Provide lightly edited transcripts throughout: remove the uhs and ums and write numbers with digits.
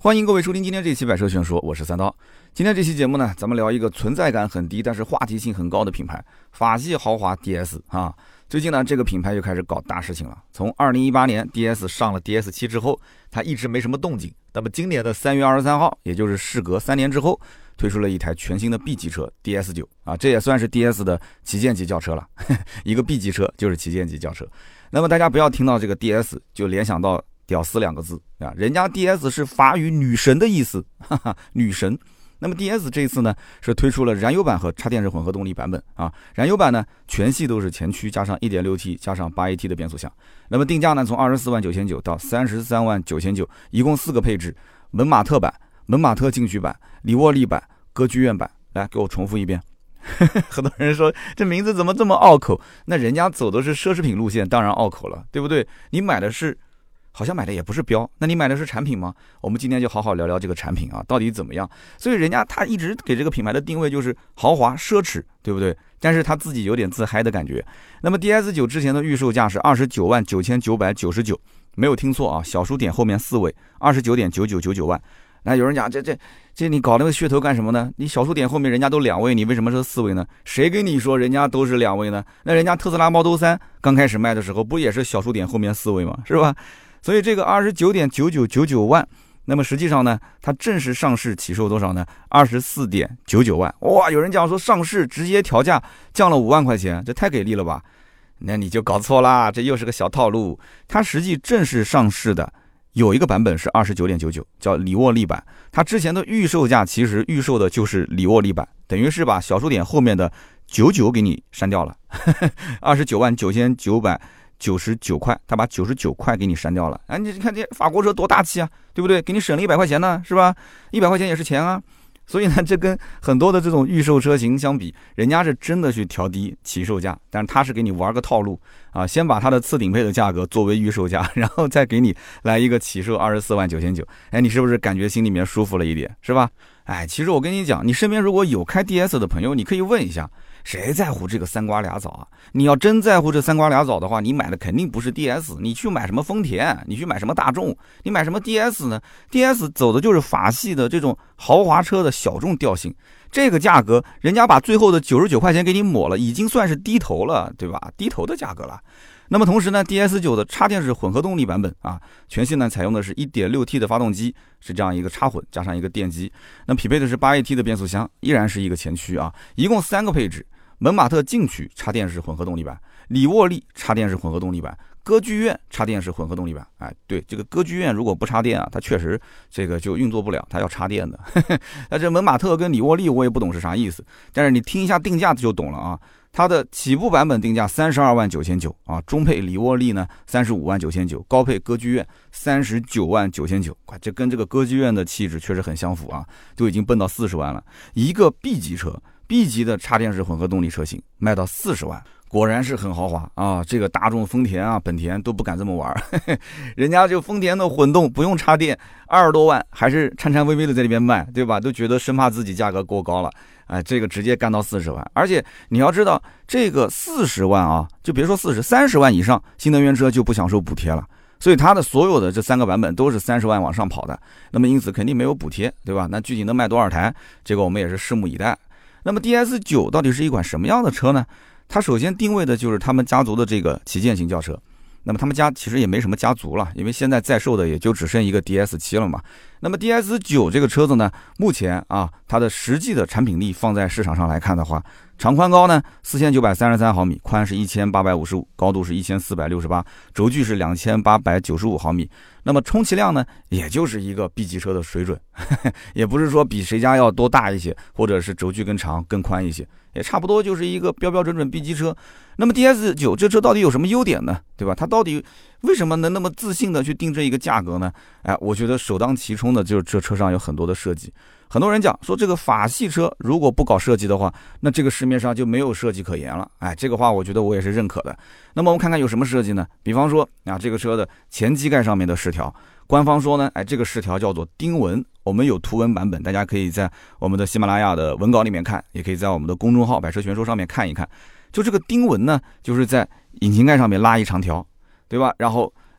欢迎各位收听今天这期百车全说，我是三刀。今天这期节目呢，咱们聊一个存在感很低，但是话题性很高的品牌——法系豪华 DS 啊。最近呢，这个品牌又开始搞大事情了。从2018年 DS 上了 DS7 之后，它一直没什么动静。那么今年的3月23号，也就是事隔3年之后，推出了一台全新的 B 级车 DS9 啊，这也算是 DS 的旗舰级轿车了。一个 B 级车就是旗舰级轿车。那么大家不要听到这个 DS 就联想到屌丝2个字啊，人家 DS 是法语女神的意思，哈哈，女神。那么 DS 这一次呢，是推出了燃油版和插电式混合动力版本啊。燃油版呢，全系都是前驱加上 1.6T 加上 8AT 的变速箱。那么定价呢，从24.99000到33.99000，一共4个配置：门马特版、门马特竞驱版、里沃利版、歌剧院版。来，给我重复一遍。很多人说这名字怎么这么拗口？那人家走的是奢侈品路线，当然拗口了，对不对？你买的是。好像买的也不是标，那你买的是产品吗？我们今天就好好聊聊这个产品啊，到底怎么样？所以人家他一直给这个品牌的定位就是豪华奢侈，对不对？但是他自己有点自嗨的感觉。那么 DS9 之前的预售价是299999，没有听错啊，小数点后面4位，29.9999万。那有人讲这你搞那个噱头干什么呢？你小数点后面人家都2位，你为什么是4位呢？谁跟你说人家都是2位呢？那人家特斯拉 Model 3刚开始卖的时候不也是小数点后面4位吗？是吧？所以这个29.9999万，那么实际上呢，它正式上市起售多少呢？24.99万。哇，有人讲说上市直接调价降了5万块钱，这太给力了吧？那你就搞错啦，这又是个小套路。它实际正式上市的有一个版本是29.99，叫里沃利版。它之前的预售价其实预售的就是里沃利版，等于是把小数点后面的99给你删掉了，29.9999块，他把99块给你删掉了。哎，你看这法国车多大气啊，对不对？给你省了100块钱呢，是吧？100块钱也是钱啊。所以呢，这跟很多的这种预售车型相比，人家是真的去调低起售价，但是他是给你玩个套路啊，先把他的次顶配的价格作为预售价，然后再给你来一个起售24.99000。哎，你是不是感觉心里面舒服了一点，是吧？哎，其实我跟你讲，你身边如果有开 DS 的朋友，你可以问一下，谁在乎这个3瓜俩枣啊？你要真在乎这3瓜俩枣的话，你买的肯定不是 DS， 你去买什么丰田，你去买什么大众，你买什么 DS 呢？ DS 走的就是法系的这种豪华车的小众调性，这个价格人家把最后的99块钱给你抹了，已经算是低头了，对吧？低头的价格了。那么同时呢 ，DS9 的插电式混合动力版本啊，全系呢采用的是 1.6T 的发动机，是这样一个插混加上一个电机，那匹配的是 8AT 的变速箱，依然是一个前驱啊，一共3个配置：门马特竞驱插电式混合动力版、里沃利插电式混合动力版、歌剧院插电式混合动力版。哎，对，这个歌剧院如果不插电啊，它确实这个就运作不了，它要插电的。那这门马特跟里沃利我也不懂是啥意思，但是你听一下定价就懂了啊。它的起步版本定价32.99000啊，中配里沃利呢35.99000，高配歌剧院39.99000。这跟这个歌剧院的气质确实很相符啊，就已经奔到40万了。一个 B 级车 ，B 级的插电式混合动力车型卖到40万。果然是很豪华啊！这个大众、丰田啊、本田都不敢这么玩，人家就丰田的混动不用插电，20多万还是颤颤巍巍的在那边卖，对吧？都觉得生怕自己价格过高了，哎，这个直接干到40万。而且你要知道，这个40万啊，就别说30万以上，新能源车就不享受补贴了。所以它的所有的这3个版本都是30万往上跑的，那么因此肯定没有补贴，对吧？那具体能卖多少台，这个我们也是拭目以待。那么 DS9 到底是一款什么样的车呢？它首先定位的就是他们家族的这个旗舰型轿车，那么他们家其实也没什么家族了，因为现在在售的也就只剩一个 DS7 了嘛。那么 DS9 这个车子呢，目前啊，它的实际的产品力放在市场上来看的话，长宽高呢4933毫米，宽是1855，高度是1468，轴距是2895毫米。那么充其量呢，也就是一个 B 级车的水准，也不是说比谁家要多大一些，或者是轴距更长更宽一些，也差不多就是一个标准 B 级车。那么 DS9 这车到底有什么优点呢？对吧？它到底为什么能那么自信的去定这一个价格呢？哎，我觉得首当其冲的就是这车上有很多的设计。很多人讲说这个法系车如果不搞设计的话，那这个市面上就没有设计可言了。哎，这个话我觉得我也是认可的。那么我们看看有什么设计呢？比方说啊，这个车的前机盖上面的饰条，官方说呢，哎，这个饰条叫做钉纹。我们有图文版本，大家可以在我们的喜马拉雅的文稿里面看，也可以在我们的公众号百车全说上面看一看。就这个钉纹呢，就是在引擎盖上面拉一长条，对吧？然后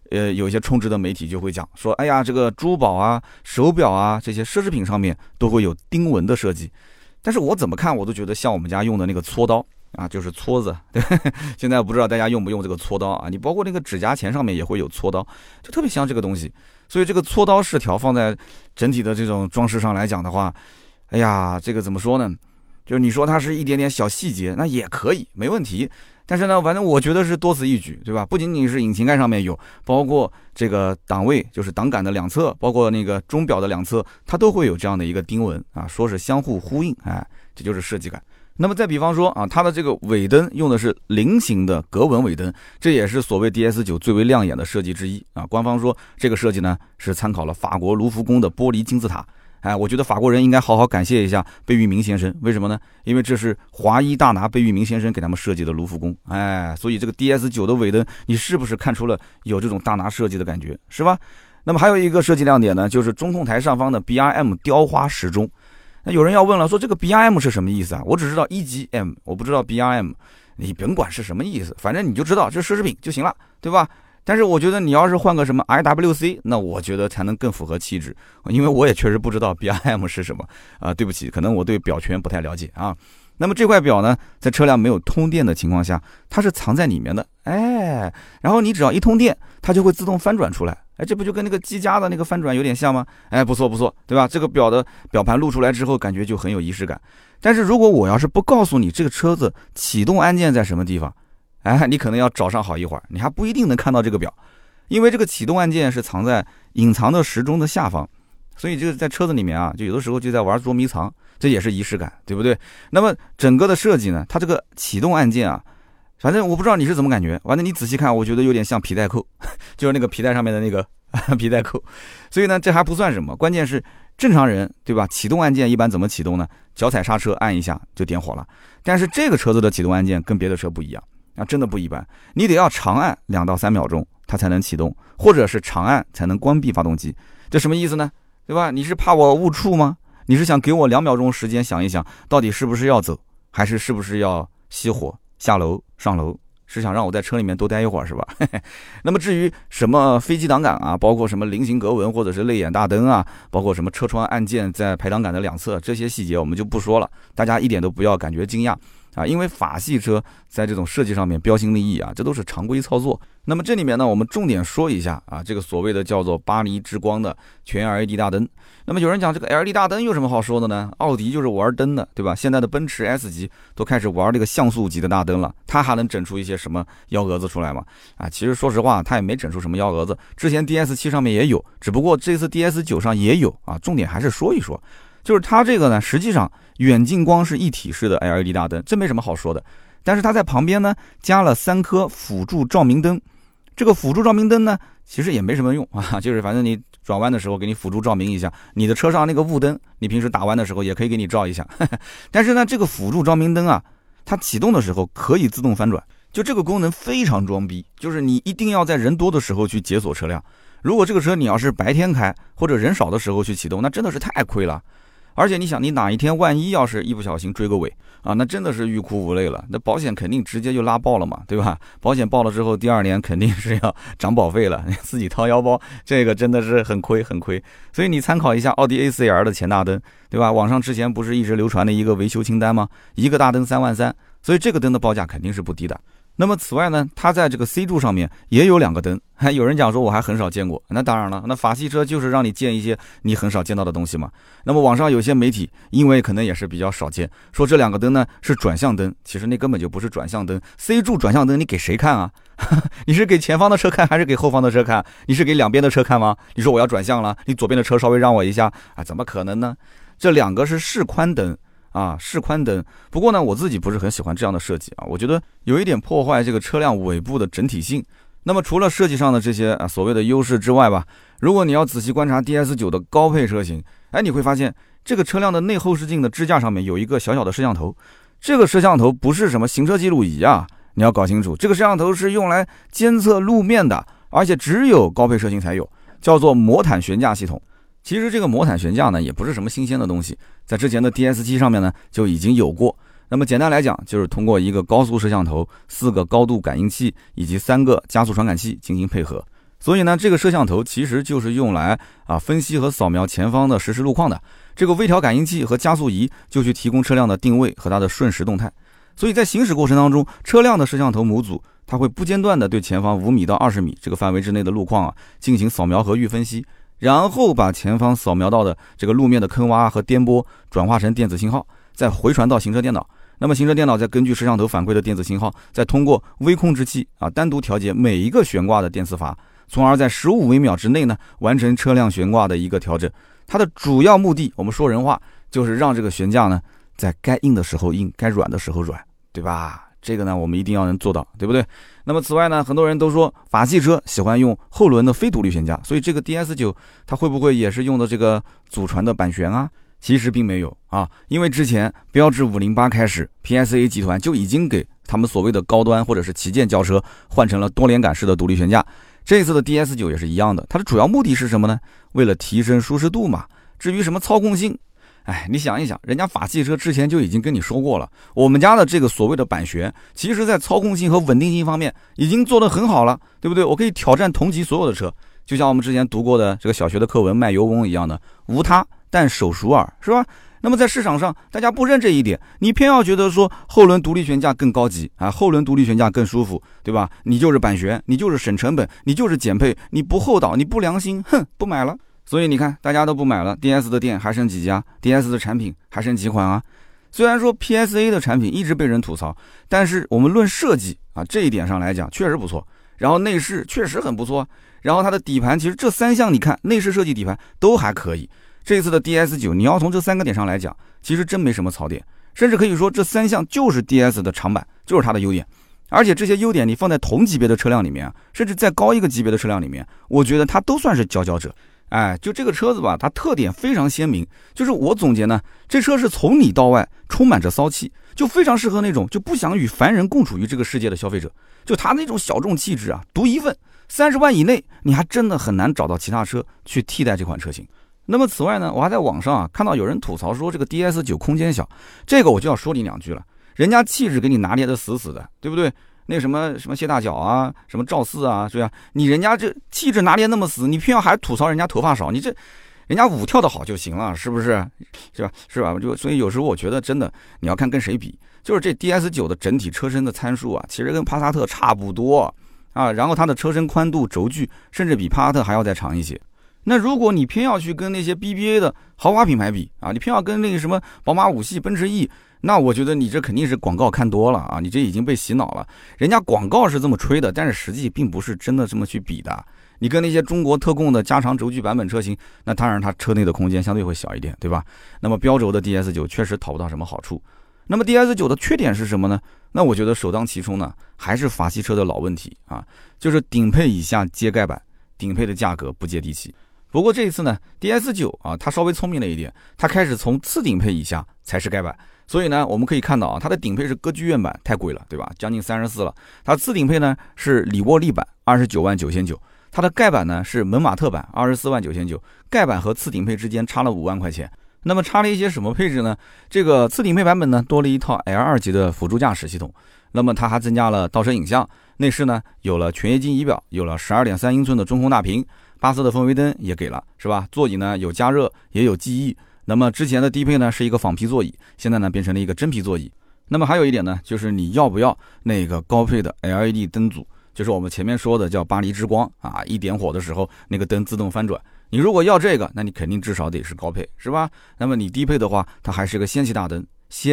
有一些充值的媒体就会讲说，哎呀，这个珠宝啊、手表啊这些奢侈品上面都会有钉纹的设计。但是我怎么看我都觉得像我们家用的那个搓刀啊，就是搓子，对，现在不知道大家用不用这个搓刀啊？你包括那个指甲钳上面也会有搓刀，就特别像这个东西。所以这个搓刀饰条放在整体的这种装饰上来讲的话，哎呀，这个怎么说呢？就是你说它是一点点小细节，那也可以，没问题。但是呢，反正我觉得是多此一举，对吧？不仅仅是引擎盖上面有，包括这个档位，就是档杆的两侧，包括那个钟表的两侧，它都会有这样的一个钉纹啊，说是相互呼应，哎，这就是设计感。那么再比方说啊，它的这个尾灯用的是菱形的格纹尾灯，这也是所谓 DS9 最为亮眼的设计之一啊。官方说这个设计呢是参考了法国卢浮宫的玻璃金字塔。哎，我觉得法国人应该好好感谢一下贝聿铭先生，为什么呢？因为这是华裔大拿贝聿铭先生给他们设计的卢浮宫。哎，所以这个 DS9 的尾灯，你是不是看出了有这种大拿设计的感觉，是吧？那么还有一个设计亮点呢，就是中控台上方的 BRM 雕花时钟。那有人要问了，说这个 BRM 是什么意思啊？我只知道 EGM， 我不知道 BRM， 你甭管是什么意思，反正你就知道这是奢侈品就行了，对吧？但是我觉得你要是换个什么 IWC， 那我觉得才能更符合气质，因为我也确实不知道 BRM 是什么啊，对不起，可能我对表圈不太了解啊。那么这块表呢，在车辆没有通电的情况下，它是藏在里面的，哎，然后你只要一通电，它就会自动翻转出来，哎，这不就跟那个机加的那个翻转有点像吗？哎，不错不错，对吧？这个表的表盘露出来之后，感觉就很有仪式感。但是如果我要是不告诉你这个车子启动按键在什么地方，哎，你可能要找上好一会儿，你还不一定能看到这个表，因为这个启动按键是藏在隐藏的时钟的下方，所以这个在车子里面啊，就有的时候就在玩捉迷藏，这也是仪式感，对不对？那么整个的设计呢，它这个启动按键啊，反正我不知道你是怎么感觉，反正你仔细看，我觉得有点像皮带扣，就是那个皮带上面的那个皮带扣。所以呢，这还不算什么，关键是正常人，对吧？启动按键一般怎么启动呢？脚踩刹车按一下就点火了。但是这个车子的启动按键跟别的车不一样。啊，真的不一般，你得要长按2到3秒钟，它才能启动，或者是长按才能关闭发动机。这什么意思呢？对吧？你是怕我误触吗？你是想给我2秒钟时间想一想，到底是不是要走，还是不是要熄火、下楼、上楼？是想让我在车里面多待一会儿是吧？那么至于什么飞机挡杆啊，包括什么菱形格纹或者是泪眼大灯啊，包括什么车窗按键在排挡杆的两侧，这些细节我们就不说了，大家一点都不要感觉惊讶。啊，因为法系车在这种设计上面标新立异啊，这都是常规操作。那么这里面呢，我们重点说一下啊，这个所谓的叫做巴黎之光的全 LED 大灯。那么有人讲这个 LED 大灯有什么好说的呢？奥迪就是玩灯的，对吧？现在的奔驰 S 级都开始玩这个像素级的大灯了，它还能整出一些什么幺蛾子出来吗？啊，其实说实话，它也没整出什么幺蛾子。之前 DS7 上面也有，只不过这次 DS9 上也有啊。重点还是说一说，就是它这个呢，实际上远近光是一体式的 LED 大灯，这没什么好说的。但是它在旁边呢加了3颗辅助照明灯，这个辅助照明灯呢其实也没什么用啊，就是反正你转弯的时候给你辅助照明一下，你的车上那个雾灯你平时打弯的时候也可以给你照一下。但是呢这个辅助照明灯啊，它启动的时候可以自动翻转，就这个功能非常装逼，就是你一定要在人多的时候去解锁车辆，如果这个车你要是白天开或者人少的时候去启动，那真的是太亏了。而且你想，你哪一天万一要是一不小心追个尾啊，那真的是欲哭无泪了，那保险肯定直接就拉爆了嘛，对吧？保险爆了之后，第2年肯定是要涨保费了，自己掏腰包，这个真的是很亏很亏。所以你参考一下奥迪 A4L 的前大灯，对吧？网上之前不是一直流传的一个维修清单吗？一个大灯3万3，所以这个灯的报价肯定是不低的。那么此外呢，它在这个 C 柱上面也有2个灯，还有人讲说我还很少见过，那当然了，那法系车就是让你见一些你很少见到的东西嘛。那么网上有些媒体因为可能也是比较少见，说这2个灯呢是转向灯，其实那根本就不是转向灯。 C 柱转向灯你给谁看啊？你是给前方的车看还是给后方的车看？你是给两边的车看吗？你说我要转向了，你左边的车稍微让我一下啊，怎么可能呢？这2个是示宽灯啊，示宽灯。不过呢，我自己不是很喜欢这样的设计啊，我觉得有一点破坏这个车辆尾部的整体性。那么除了设计上的这些所谓的优势之外吧，如果你要仔细观察 DS9 的高配车型，哎，你会发现这个车辆的内后视镜的支架上面有一个小小的摄像头。这个摄像头不是什么行车记录仪啊，你要搞清楚，这个摄像头是用来监测路面的，而且只有高配车型才有，叫做魔毯悬架系统。其实这个魔毯悬架呢也不是什么新鲜的东西，在之前的 DS7 上面呢就已经有过。那么简单来讲，就是通过一个高速摄像头、4个高度感应器以及3个加速传感器进行配合。 所以呢，这个摄像头其实就是用来分析和扫描前方的实时路况的。这个微调感应器和加速仪就去提供车辆的定位和它的瞬时动态。所以在行驶过程当中，车辆的摄像头模组它会不间断的对前方5米到20米这个范围之内的路况进行扫描和预分析，然后把前方扫描到的这个路面的坑洼和颠簸转化成电子信号，再回传到行车电脑。那么行车电脑再根据摄像头反馈的电子信号，再通过微控制器单独调节每一个悬挂的电磁阀，从而在15微秒之内呢完成车辆悬挂的一个调整。它的主要目的，我们说人话，就是让这个悬架呢在该硬的时候硬，该软的时候软，对吧？这个呢我们一定要能做到，对不对？那么此外呢，很多人都说法系车喜欢用后轮的非独立悬架，所以这个 DS9 它会不会也是用的这个祖传的板悬啊？其实并没有因为之前标致508开始 PSA 集团就已经给他们所谓的高端或者是旗舰轿车换成了多连杆式的独立悬架。这一次的 DS9 也是一样的，它的主要目的是什么呢？为了提升舒适度嘛。至于什么操控性，你想一想，人家法系车之前就已经跟你说过了，我们家的这个所谓的板悬，其实在操控性和稳定性方面已经做得很好了，对不对？我可以挑战同级所有的车，就像我们之前读过的这个小学的课文卖油翁一样的，无他但手熟耳，是吧？那么在市场上大家不认这一点，你偏要觉得说后轮独立悬架更高级后轮独立悬架更舒服，对吧？你就是板悬，你就是省成本，你就是减配，你不厚道，你不良心，不买了。所以你看大家都不买了， DS 的店还剩几家， DS 的产品还剩几款啊？虽然说 PSA 的产品一直被人吐槽，但是我们论设计这一点上来讲确实不错，然后内饰确实很不错，然后它的底盘其实这3项你看内饰设计底盘都还可以。这一次的 DS9 你要从这3个点上来讲，其实真没什么槽点，甚至可以说这3项就是 DS 的长板，就是它的优点。而且这些优点你放在同级别的车辆里面甚至再高一个级别的车辆里面，我觉得它都算是佼佼者。就这个车子吧，它特点非常鲜明，就是我总结呢，这车是从里到外充满着骚气，就非常适合那种就不想与凡人共处于这个世界的消费者。就它那种小众气质独一份，30万以内你还真的很难找到其他车去替代这款车型。那么此外呢，我还在网上看到有人吐槽说这个 DS9 空间小，这个我就要说你2句了，人家气质给你拿捏的死死的，对不对？那什么谢大脚什么赵四是吧？你人家这气质拿捏那么死，你偏要还吐槽人家头发少，你这人家舞跳得好就行了，是不是？是吧？所以有时候我觉得真的你要看跟谁比，就是这 DS9 的整体车身的参数其实跟帕萨特差不多然后它的车身宽度轴距甚至比帕萨特还要再长一些。那如果你偏要去跟那些 BBA 的豪华品牌比你偏要跟那个什么宝马5系、奔驰 E， 那我觉得你这肯定是广告看多了你这已经被洗脑了。人家广告是这么吹的，但是实际并不是真的这么去比的。你跟那些中国特供的加长轴距版本车型，那当然它车内的空间相对会小一点，对吧？那么标轴的 DS9 确实讨不到什么好处。那么 DS9 的缺点是什么呢？那我觉得首当其冲呢，还是法系车的老问题就是顶配以下皆盖板，顶配的价格不接地气。不过这一次呢 DS9 它稍微聪明了一点，它开始从次顶配以下才是盖板。所以呢我们可以看到它的顶配是歌剧院版，太贵了，对吧？将近34了。它次顶配呢是里沃利版29.999万，它的盖板呢是门马特版24.999万，盖板和次顶配之间差了5万块钱。那么差了一些什么配置呢？这个次顶配版本呢多了一套 L2 级的辅助驾驶系统，那么它还增加了倒车影像，内饰呢有了全液晶仪表，有了12.3英寸的中控大屏，8色的氛围灯也给了，是吧？座椅呢有加热也有记忆。那么之前的低配呢是一个仿皮座椅，现在呢变成了一个真皮座椅。那么还有一点呢，就是你要不要那个高配的 LED 灯组，就是我们前面说的叫巴黎之光一点火的时候那个灯自动翻转。你如果要这个，那你肯定至少得是高配，是吧？那么你低配的话，它还是个氙气大灯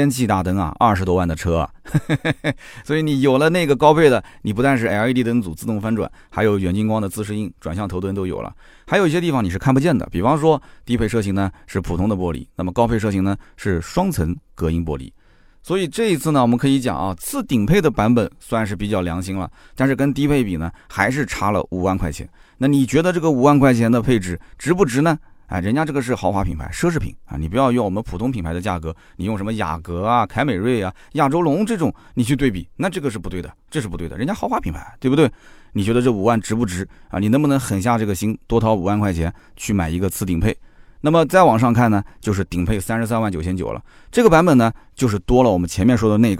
20多万的车所以你有了那个高配的，你不但是 LED 灯组自动翻转，还有远近光的自适应，转向头灯都有了。还有一些地方你是看不见的，比方说低配车型呢是普通的玻璃，那么高配车型呢是双层隔音玻璃。所以这一次呢，我们可以讲次顶配的版本算是比较良心了，但是跟低配比呢，还是差了5万块钱。那你觉得这个5万块钱的配置值不值呢？人家这个是豪华品牌、奢侈品你不要用我们普通品牌的价格，你用什么雅阁凯美瑞亚洲龙这种你去对比，那这个是不对的，这是不对的。人家豪华品牌，对不对？你觉得这5万值不值你能不能狠下这个心，多掏5万块钱去买一个次顶配？那么再往上看呢，就是顶配33.999万了。这个版本呢，就是多了我们前面说的那个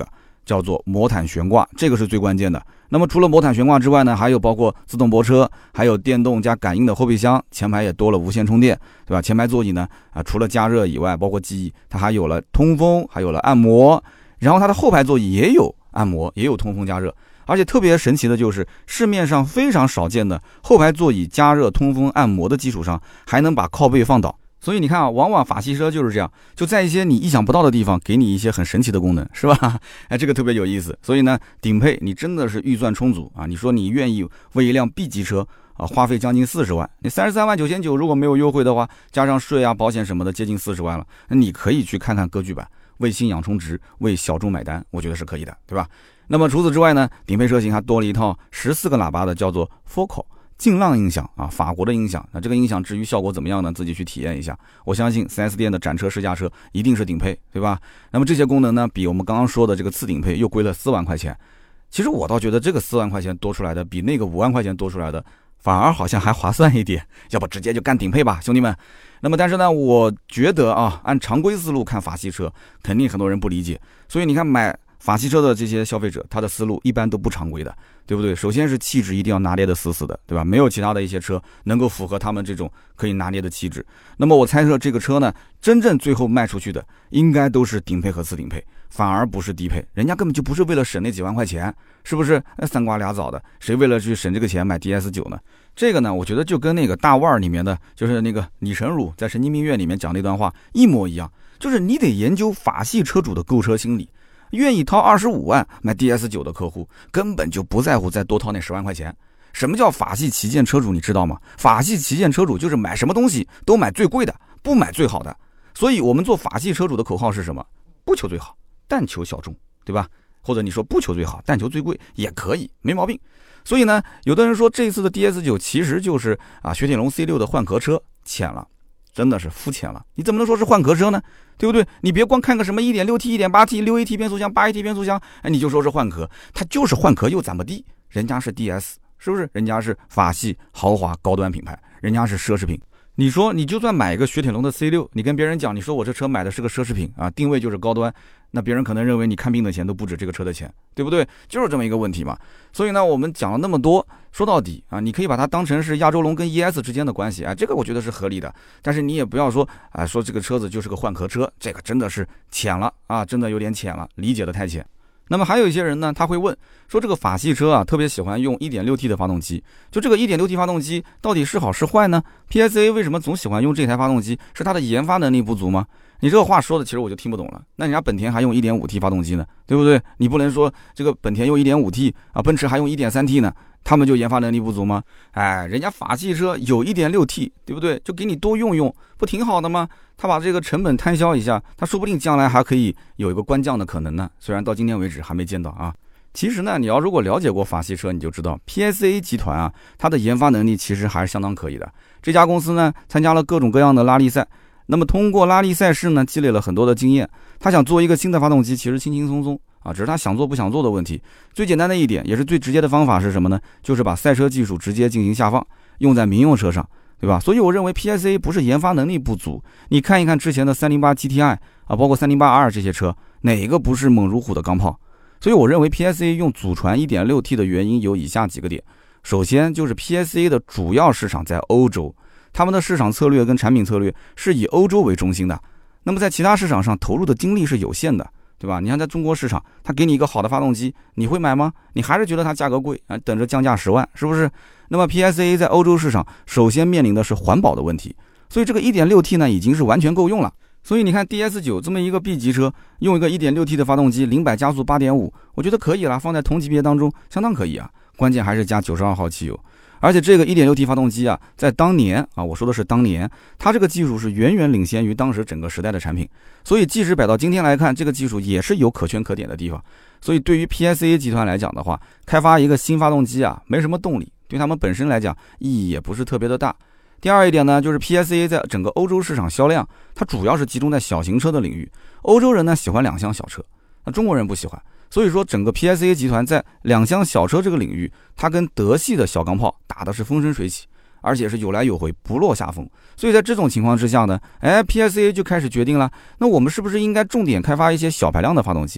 叫做魔毯悬挂，这个是最关键的。那么除了魔毯悬挂之外呢，还有包括自动泊车，还有电动加感应的后备箱，前排也多了无线充电，对吧？前排座椅呢，除了加热以外，包括记忆，它还有了通风，还有了按摩，然后它的后排座椅也有按摩，也有通风加热，而且特别神奇的就是市面上非常少见的后排座椅加热、通风、按摩的基础上，还能把靠背放倒。所以你看啊，往往法系车就是这样，就在一些你意想不到的地方给你一些很神奇的功能，是吧？这个特别有意思。所以呢，顶配你真的是预算充足啊，你说你愿意为一辆 B 级车花费将近40万，你33.990万如果没有优惠的话，加上税啊、保险什么的，接近40万了，那你可以去看看歌剧版，为信仰充值，为小众买单，我觉得是可以的，对吧？那么除此之外呢，顶配车型还多了一套14个喇叭的叫做 Focal劲浪音响啊，法国的音响。那这个音响至于效果怎么样呢？自己去体验一下。我相信 4S 店的展车试驾车一定是顶配，对吧？那么这些功能呢，比我们刚刚说的这个次顶配又贵了4万块钱。其实我倒觉得这个4万块钱多出来的，比那个5万块钱多出来的，反而好像还划算一点。要不直接就干顶配吧，兄弟们。那么但是呢，我觉得啊，按常规思路看法系车，肯定很多人不理解。所以你看买法系车的这些消费者，他的思路一般都不常规的，对不对？首先是气质一定要拿捏的死死的，对吧？没有其他的一些车能够符合他们这种可以拿捏的气质。那么我猜测这个车呢，真正最后卖出去的应该都是顶配和次顶配，反而不是低配。人家根本就不是为了省那几万块钱，是不是？三瓜俩枣的，谁为了去省这个钱买 DS9 呢？这个呢，我觉得就跟那个大腕里面的，就是那个李成儒在神经病院里面讲那段话一模一样，就是你得研究法系车主的购车心理。愿意掏25万买 DS9 的客户，根本就不在乎再多掏那10万块钱。什么叫法系旗舰车主，你知道吗？法系旗舰车主就是买什么东西都买最贵的，不买最好的。所以我们做法系车主的口号是什么？不求最好，但求小众，对吧？或者你说不求最好，但求最贵也可以，没毛病。所以呢，有的人说这次的 DS9 其实就是雪铁龙 C6 的换壳车，浅了。真的是肤浅了，你怎么能说是换壳车呢？对不对？你别光看个什么 1.6T、1.8T、6AT 变速箱、8AT 变速箱，你就说是换壳，它就是换壳又怎么地？人家是 DS， 是不是？人家是法系豪华高端品牌，人家是奢侈品。你说你就算买一个雪铁龙的 C6， 你跟别人讲，你说我这车买的是个奢侈品啊，定位就是高端，那别人可能认为你看病的钱都不止这个车的钱，对不对？就是这么一个问题嘛。所以呢，我们讲了那么多，说到底你可以把它当成是亚洲龙跟 ES 之间的关系，这个我觉得是合理的。但是你也不要说说这个车子就是个换壳车，这个真的是浅了真的有点浅了，理解的太浅。那么还有一些人呢，他会问说这个法系车特别喜欢用 1.6T 的发动机，就这个 1.6T 发动机到底是好是坏呢？ PSA 为什么总喜欢用这台发动机？是它的研发能力不足吗？你这个话说的其实我就听不懂了。那人家本田还用 1.5T 发动机呢，对不对？你不能说这个本田用 1.5T 奔驰还用 1.3T 呢，他们就研发能力不足吗？人家法系车有 1.6T， 对不对？就给你多用用，不挺好的吗？他把这个成本摊销一下，他说不定将来还可以有一个官降的可能呢。虽然到今天为止还没见到啊。其实呢，你要如果了解过法系车，你就知道 PSA 集团它的研发能力其实还是相当可以的。这家公司呢，参加了各种各样的拉力赛，那么通过拉力赛事呢，积累了很多的经验。他想做一个新的发动机，其实轻轻松松只是他想做不想做的问题。最简单的一点，也是最直接的方法是什么呢？就是把赛车技术直接进行下放，用在民用车上，对吧？所以我认为 PSA 不是研发能力不足。你看一看之前的308 GTI 包括308R 这些车，哪一个不是猛如虎的钢炮？所以我认为 PSA 用祖传 1.6T 的原因有以下几个点。首先就是 PSA 的主要市场在欧洲，他们的市场策略跟产品策略是以欧洲为中心的。那么在其他市场上投入的精力是有限的，对吧？你看在中国市场，他给你一个好的发动机，你会买吗？你还是觉得它价格贵等着降价10万，是不是？那么 PSA 在欧洲市场首先面临的是环保的问题，所以这个 1.6T 呢已经是完全够用了。所以你看 DS9 这么一个 B 级车，用一个 1.6T 的发动机，0-100加速 8.5， 我觉得可以了，放在同级别当中相当可以关键还是加92号汽油。而且这个 1.6T 发动机在当年我说的是当年，它这个技术是远远领先于当时整个时代的产品。所以即使摆到今天来看，这个技术也是有可圈可点的地方。所以对于 PSA 集团来讲的话，开发一个新发动机没什么动力，对他们本身来讲意义也不是特别的大。第二一点呢，就是 PSA 在整个欧洲市场销量，它主要是集中在小型车的领域。欧洲人呢喜欢两厢小车，那中国人不喜欢。所以说整个 PSA 集团在两厢小车这个领域，它跟德系的小钢炮打的是风生水起，而且是有来有回，不落下风。所以在这种情况之下呢，PSA 就开始决定了，那我们是不是应该重点开发一些小排量的发动机？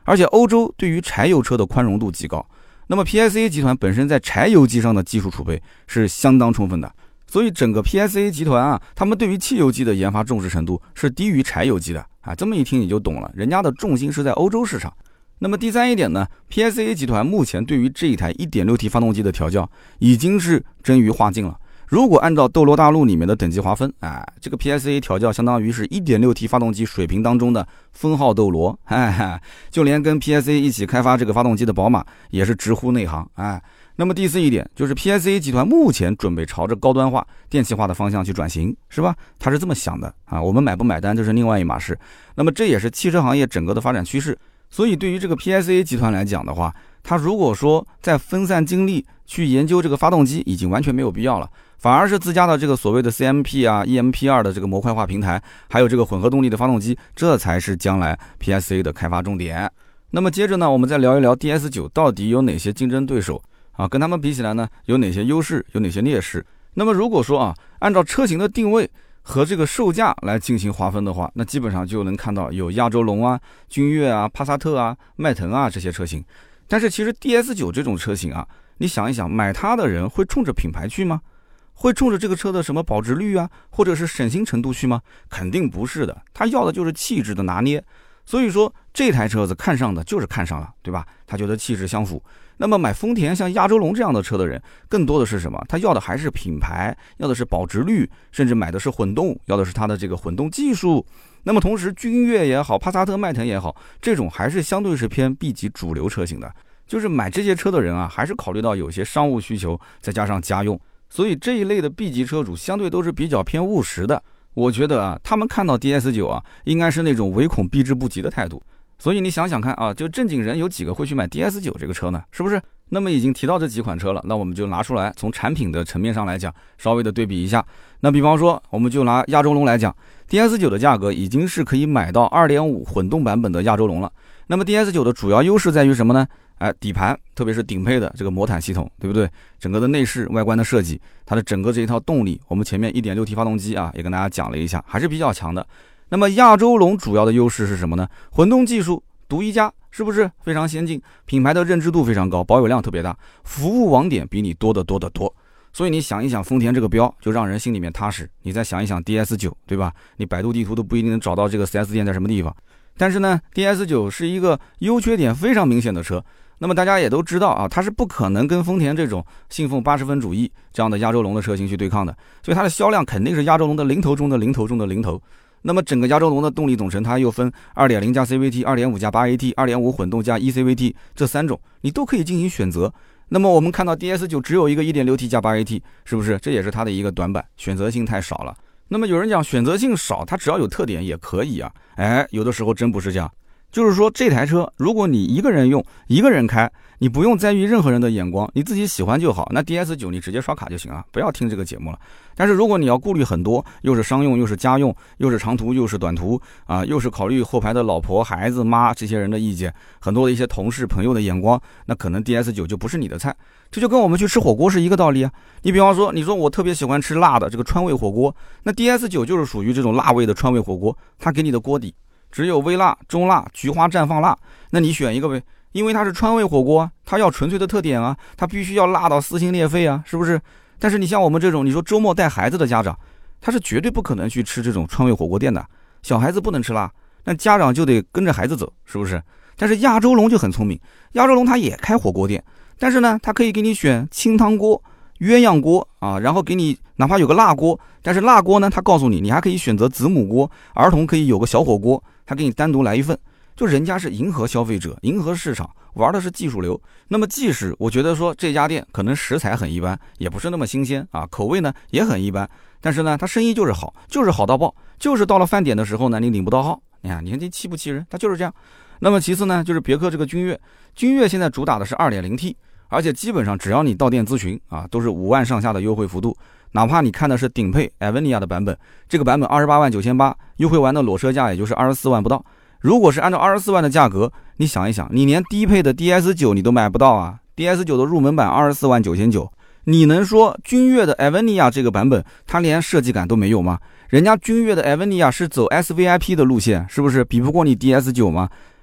而且欧洲对于柴油车的宽容度极高。那么 PSA 集团本身在柴油机上的技术储备是相当充分的，所以整个 PSA 集团啊，他们对于汽油机的研发重视程度是低于柴油机的啊。这么一听你就懂了，人家的重心是在欧洲市场。那么第三一点呢 ，PSA 集团目前对于这一台 1.6T 发动机的调教已经是臻于化境了。如果按照斗罗大陆里面的等级划分，这个 PSA 调教相当于是 1.6T 发动机水平当中的分号斗罗，就连跟 PSA 一起开发这个发动机的宝马也是直呼内行。那么第四一点就是 PSA 集团目前准备朝着高端化、电气化的方向去转型，是吧？他是这么想的啊，我们买不买单这是另外一码事。那么这也是汽车行业整个的发展趋势。所以对于这个 PSA 集团来讲的话，他如果说在分散精力去研究这个发动机，已经完全没有必要了，反而是自家的这个所谓的 CMP 啊、EMP2 的这个模块化平台，还有这个混合动力的发动机，这才是将来 PSA 的开发重点。那么接着呢，我们再聊一聊 DS9 到底有哪些竞争对手啊？跟他们比起来呢，有哪些优势，有哪些劣势？那么如果说啊，按照车型的定位和这个售价来进行划分的话，那基本上就能看到有亚洲龙啊、君越啊、帕萨特啊、迈腾啊这些车型。但是其实 DS9 这种车型啊，你想一想，买它的人会冲着品牌去吗？会冲着这个车的什么保值率啊，或者是省心程度去吗？肯定不是的，他要的就是气质的拿捏。所以说这台车子看上的就是看上了，对吧？他觉得气质相符。那么买丰田像亚洲龙这样的车的人，更多的是什么？他要的还是品牌，要的是保值率，甚至买的是混动，要的是它的这个混动技术。那么同时君越也好，帕萨特、迈腾也好，这种还是相对是偏 B 级主流车型的，就是买这些车的人啊，还是考虑到有些商务需求，再加上家用，所以这一类的 B 级车主相对都是比较偏务实的。我觉得啊，他们看到 DS9 啊，应该是那种唯恐避之不及的态度。所以你想想看啊，就正经人有几个会去买 DS9 这个车呢？是不是？那么已经提到这几款车了，那我们就拿出来从产品的层面上来讲，稍微的对比一下。那比方说，我们就拿亚洲龙来讲 ，DS9 的价格已经是可以买到 2.5 混动版本的亚洲龙了。那么 DS9 的主要优势在于什么呢？底盘，特别是顶配的这个魔毯系统，对不对？整个的内饰外观的设计，它的整个这一套动力，我们前面 1.6T 发动机啊，也跟大家讲了一下，还是比较强的。那么亚洲龙主要的优势是什么呢？混动技术独一家，是不是非常先进？品牌的认知度非常高，保有量特别大，服务网点比你多得多得多。所以你想一想，丰田这个标就让人心里面踏实。你再想一想 DS9， 对吧？你百度地图都不一定能找到这个 4S 店在什么地方。但是呢 ，DS9 是一个优缺点非常明显的车。那么大家也都知道啊，它是不可能跟丰田这种信奉80分主义这样的亚洲龙的车型去对抗的，所以它的销量肯定是亚洲龙的零头中的零头中的零头。那么整个亚洲龙的动力总成，它又分 2.0 加 CVT、2.5 加 8AT、2.5 混动加 eCVT 这三种，你都可以进行选择。那么我们看到 DS9 只有一个 1.6T 加 8AT， 是不是？这也是它的一个短板，选择性太少了。那么有人讲选择性少，它只要有特点也可以啊。有的时候真不是这样。就是说这台车，如果你一个人用，一个人开，你不用在意任何人的眼光，你自己喜欢就好。那 DS9 你直接刷卡就行了，不要听这个节目了。但是如果你要顾虑很多，又是商用，又是家用，又是长途，又是短途啊，又是考虑后排的老婆、孩子、妈这些人的意见，很多的一些同事朋友的眼光，那可能 DS9 就不是你的菜。这就跟我们去吃火锅是一个道理啊。你比方说，你说我特别喜欢吃辣的这个川味火锅，那 DS9 就是属于这种辣味的川味火锅，它给你的锅底只有微辣、中辣、菊花绽放辣，那你选一个呗。因为它是川味火锅，它要纯粹的特点啊，它必须要辣到撕心裂肺啊，是不是？但是你像我们这种，你说周末带孩子的家长，他是绝对不可能去吃这种川味火锅店的。小孩子不能吃辣，那家长就得跟着孩子走，是不是？但是亚洲龙就很聪明，亚洲龙它也开火锅店，但是呢，它可以给你选清汤锅、鸳鸯锅啊，然后给你哪怕有个辣锅，但是辣锅呢，它告诉你，你还可以选择子母锅，儿童可以有个小火锅，它给你单独来一份。就人家是迎合消费者，迎合市场，玩的是技术流。那么即使我觉得说这家店可能食材很一般，也不是那么新鲜啊，口味呢也很一般，但是呢，它生意就是好，就是好到爆，就是到了饭点的时候呢，你领不到号。你看这气不气人？它就是这样。那么其次呢，就是别克这个君越，君越现在主打的是 2.0T， 而且基本上只要你到店咨询啊，都是5万上下的优惠幅度。哪怕你看的是顶配 Avinia 的版本，这个版本28万9800，优惠完的裸车价也就是24万不到。如果是按照24万的价格，你想一想，你连低配的 DS9 你都买不到啊 ！DS9 的入门版24万9900，你能说君越的 Avinia 这个版本它连设计感都没有吗？人家君越的 Avinia 是走 SVIP 的路线，是不是比不过你 DS9 吗？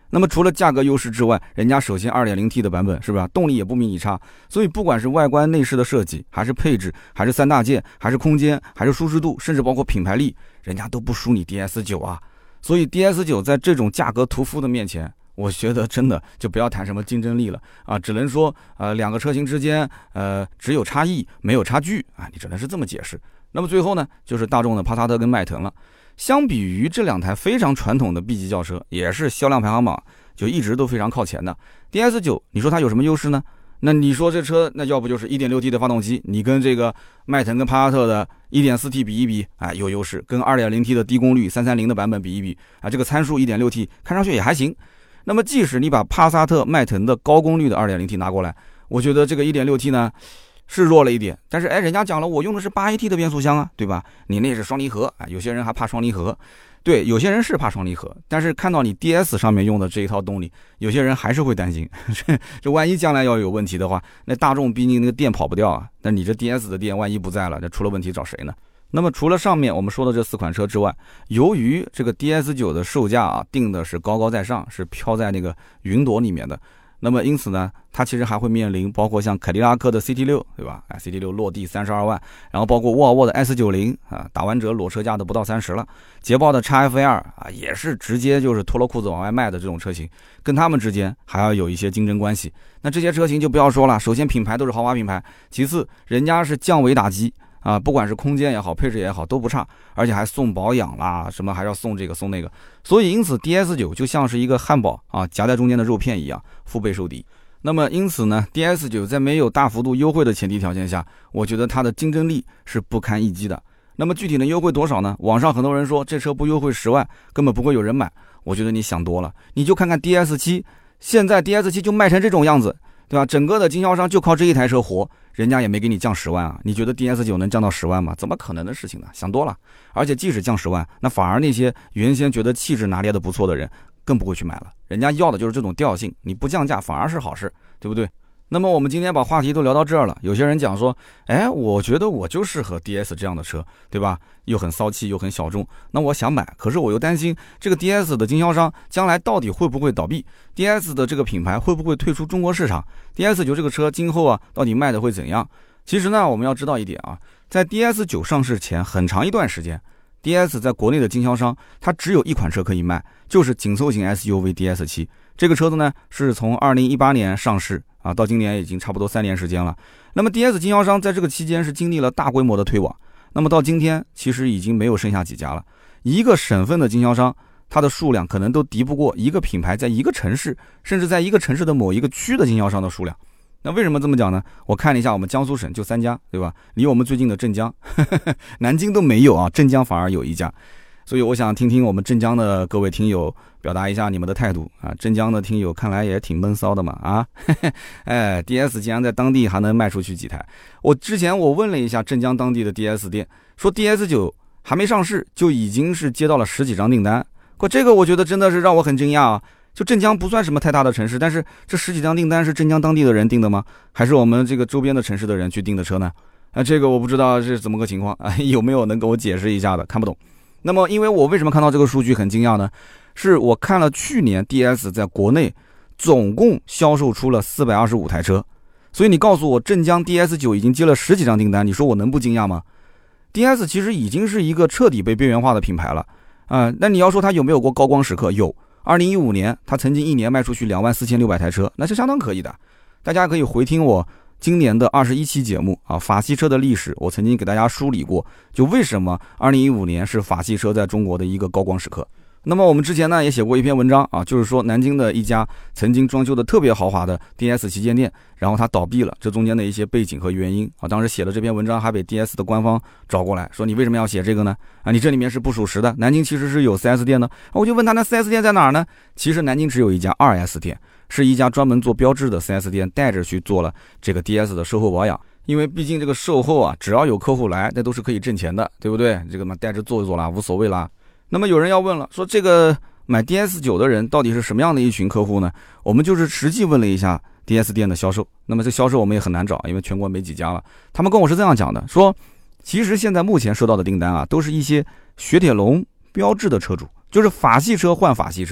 那么除了价格优势之外，人家首先 2.0T 的版本是吧，动力也不比你差，所以不管是外观内饰的设计，还是配置，还是三大件，还是空间，还是舒适度，甚至包括品牌力，人家都不输你 DS9 啊。所以 DS9 在这种价格屠夫的面前，我觉得真的就不要谈什么竞争力了啊，只能说两个车型之间只有差异没有差距啊，你只能是这么解释。那么最后呢，就是大众的帕萨特跟迈腾了。相比于这两台非常传统的 B 级轿车，也是销量排行榜就一直都非常靠前的 DS9， 你说它有什么优势呢？那你说这车那要不就是 1.6T 的发动机，你跟这个迈腾跟帕萨特的 1.4T 比一比啊，有优势，跟 2.0T 的低功率330的版本比一比啊，这个参数 1.6T 看上去也还行。那么即使你把帕萨特迈腾的高功率的 2.0T 拿过来，我觉得这个 1.6T 呢是弱了一点，但是人家讲了，我用的是 8AT 的变速箱啊，对吧？你那是双离合啊，有些人还怕双离合，对，有些人是怕双离合，但是看到你 DS 上面用的这一套动力，有些人还是会担心，这万一将来要有问题的话，那大众毕竟那个电跑不掉啊，那你这 DS 的电万一不在了，那出了问题找谁呢？那么除了上面我们说的这4款车之外，由于这个 DS9 的售价啊定的是高高在上，是飘在那个云朵里面的。那么因此呢，它其实还会面临包括像凯迪拉克的 CT6， 对吧？CT6 落地32万，然后包括沃尔沃的 S90 啊，打完折裸车价都不到30了。捷豹的 XF-L 啊，也是直接就是脱了裤子往外卖的这种车型，跟他们之间还要有一些竞争关系。那这些车型就不要说了，首先品牌都是豪华品牌，其次人家是降维打击。啊，不管是空间也好，配置也好，都不差，而且还送保养啦，什么还要送这个送那个，所以因此 DS9 就像是一个汉堡啊，夹在中间的肉片一样，腹背受敌。那么因此呢 ，DS9 在没有大幅度优惠的前提条件下，我觉得它的竞争力是不堪一击的。那么具体的优惠多少呢？网上很多人说这车不优惠10万，根本不会有人买。我觉得你想多了，你就看看 DS7， 现在 DS7 就卖成这种样子。对吧？整个的经销商就靠这一台车活，人家也没给你降10万啊！你觉得 DS9 能降到10万吗？怎么可能的事情呢？想多了。而且即使降10万，那反而那些原先觉得气质拿捏的不错的人更不会去买了。人家要的就是这种调性，你不降价反而是好事，对不对？那么我们今天把话题都聊到这儿了，有些人讲说，我觉得我就适合 DS 这样的车，对吧？又很骚气又很小众，那我想买，可是我又担心这个 DS 的经销商将来到底会不会倒闭， DS 的这个品牌会不会退出中国市场， DS9 这个车今后啊到底卖的会怎样？其实呢，我们要知道一点啊，在 DS9 上市前很长一段时间， DS 在国内的经销商它只有一款车可以卖，就是紧凑型 SUV DS7。这个车子呢是从2018年上市啊，到今年已经差不多3年时间了。那么 DS 经销商在这个期间是经历了大规模的推广，那么到今天其实已经没有剩下几家了。一个省份的经销商，它的数量可能都敌不过一个品牌在一个城市，甚至在一个城市的某一个区的经销商的数量。那为什么这么讲呢？我看了一下，我们江苏省就3家，对吧？离我们最近的镇江，南京都没有啊，镇江反而有1家。所以我想听听我们镇江的各位听友表达一下你们的态度啊！镇江的听友看来也挺闷骚的嘛啊！DS 竟然在当地还能卖出去几台？我之前问了一下镇江当地的 DS 店，说 DS9 还没上市就已经是接到了10几张订单，这个我觉得真的是让我很惊讶啊！就镇江不算什么太大的城市，但是这10几张订单是镇江当地的人订的吗？还是我们这个周边的城市的人去订的车呢？这个我不知道是怎么个情况啊，有没有能给我解释一下的？看不懂。那么因为我为什么看到这个数据很惊讶呢？是我看了去年 DS 在国内总共销售出了425台车，所以你告诉我镇江 DS9 已经接了10几张订单，你说我能不惊讶吗？ DS 其实已经是一个彻底被边缘化的品牌了那你要说它有没有过高光时刻？有。2015年它曾经一年卖出去24600台车，那是相当可以的。大家可以回听我今年的21期节目啊，法系车的历史，我曾经给大家梳理过，就为什么2015年是法系车在中国的一个高光时刻。那么我们之前呢也写过一篇文章啊，就是说南京的一家曾经装修的特别豪华的 DS 旗舰店，然后它倒闭了，这中间的一些背景和原因啊，当时写了这篇文章还被 DS 的官方找过来说，你为什么要写这个呢？你这里面是不属实的，南京其实是有 4S 店的。我就问他那 4S 店在哪儿呢？其实南京只有一家 2S 店，是一家专门做标志的 4S 店带着去做了这个 DS 的售后保养。因为毕竟这个售后啊，只要有客户来，那都是可以挣钱的，对不对？这个嘛带着做一做啦，无所谓啦。那么有人要问了，说这个买 DS9 的人到底是什么样的一群客户呢？我们就是实际问了一下 DS 店的销售，那么这销售我们也很难找，因为全国没几家了。他们跟我是这样讲的，说其实现在目前收到的订单啊，都是一些雪铁龙标致的车主，就是法系车换法系车，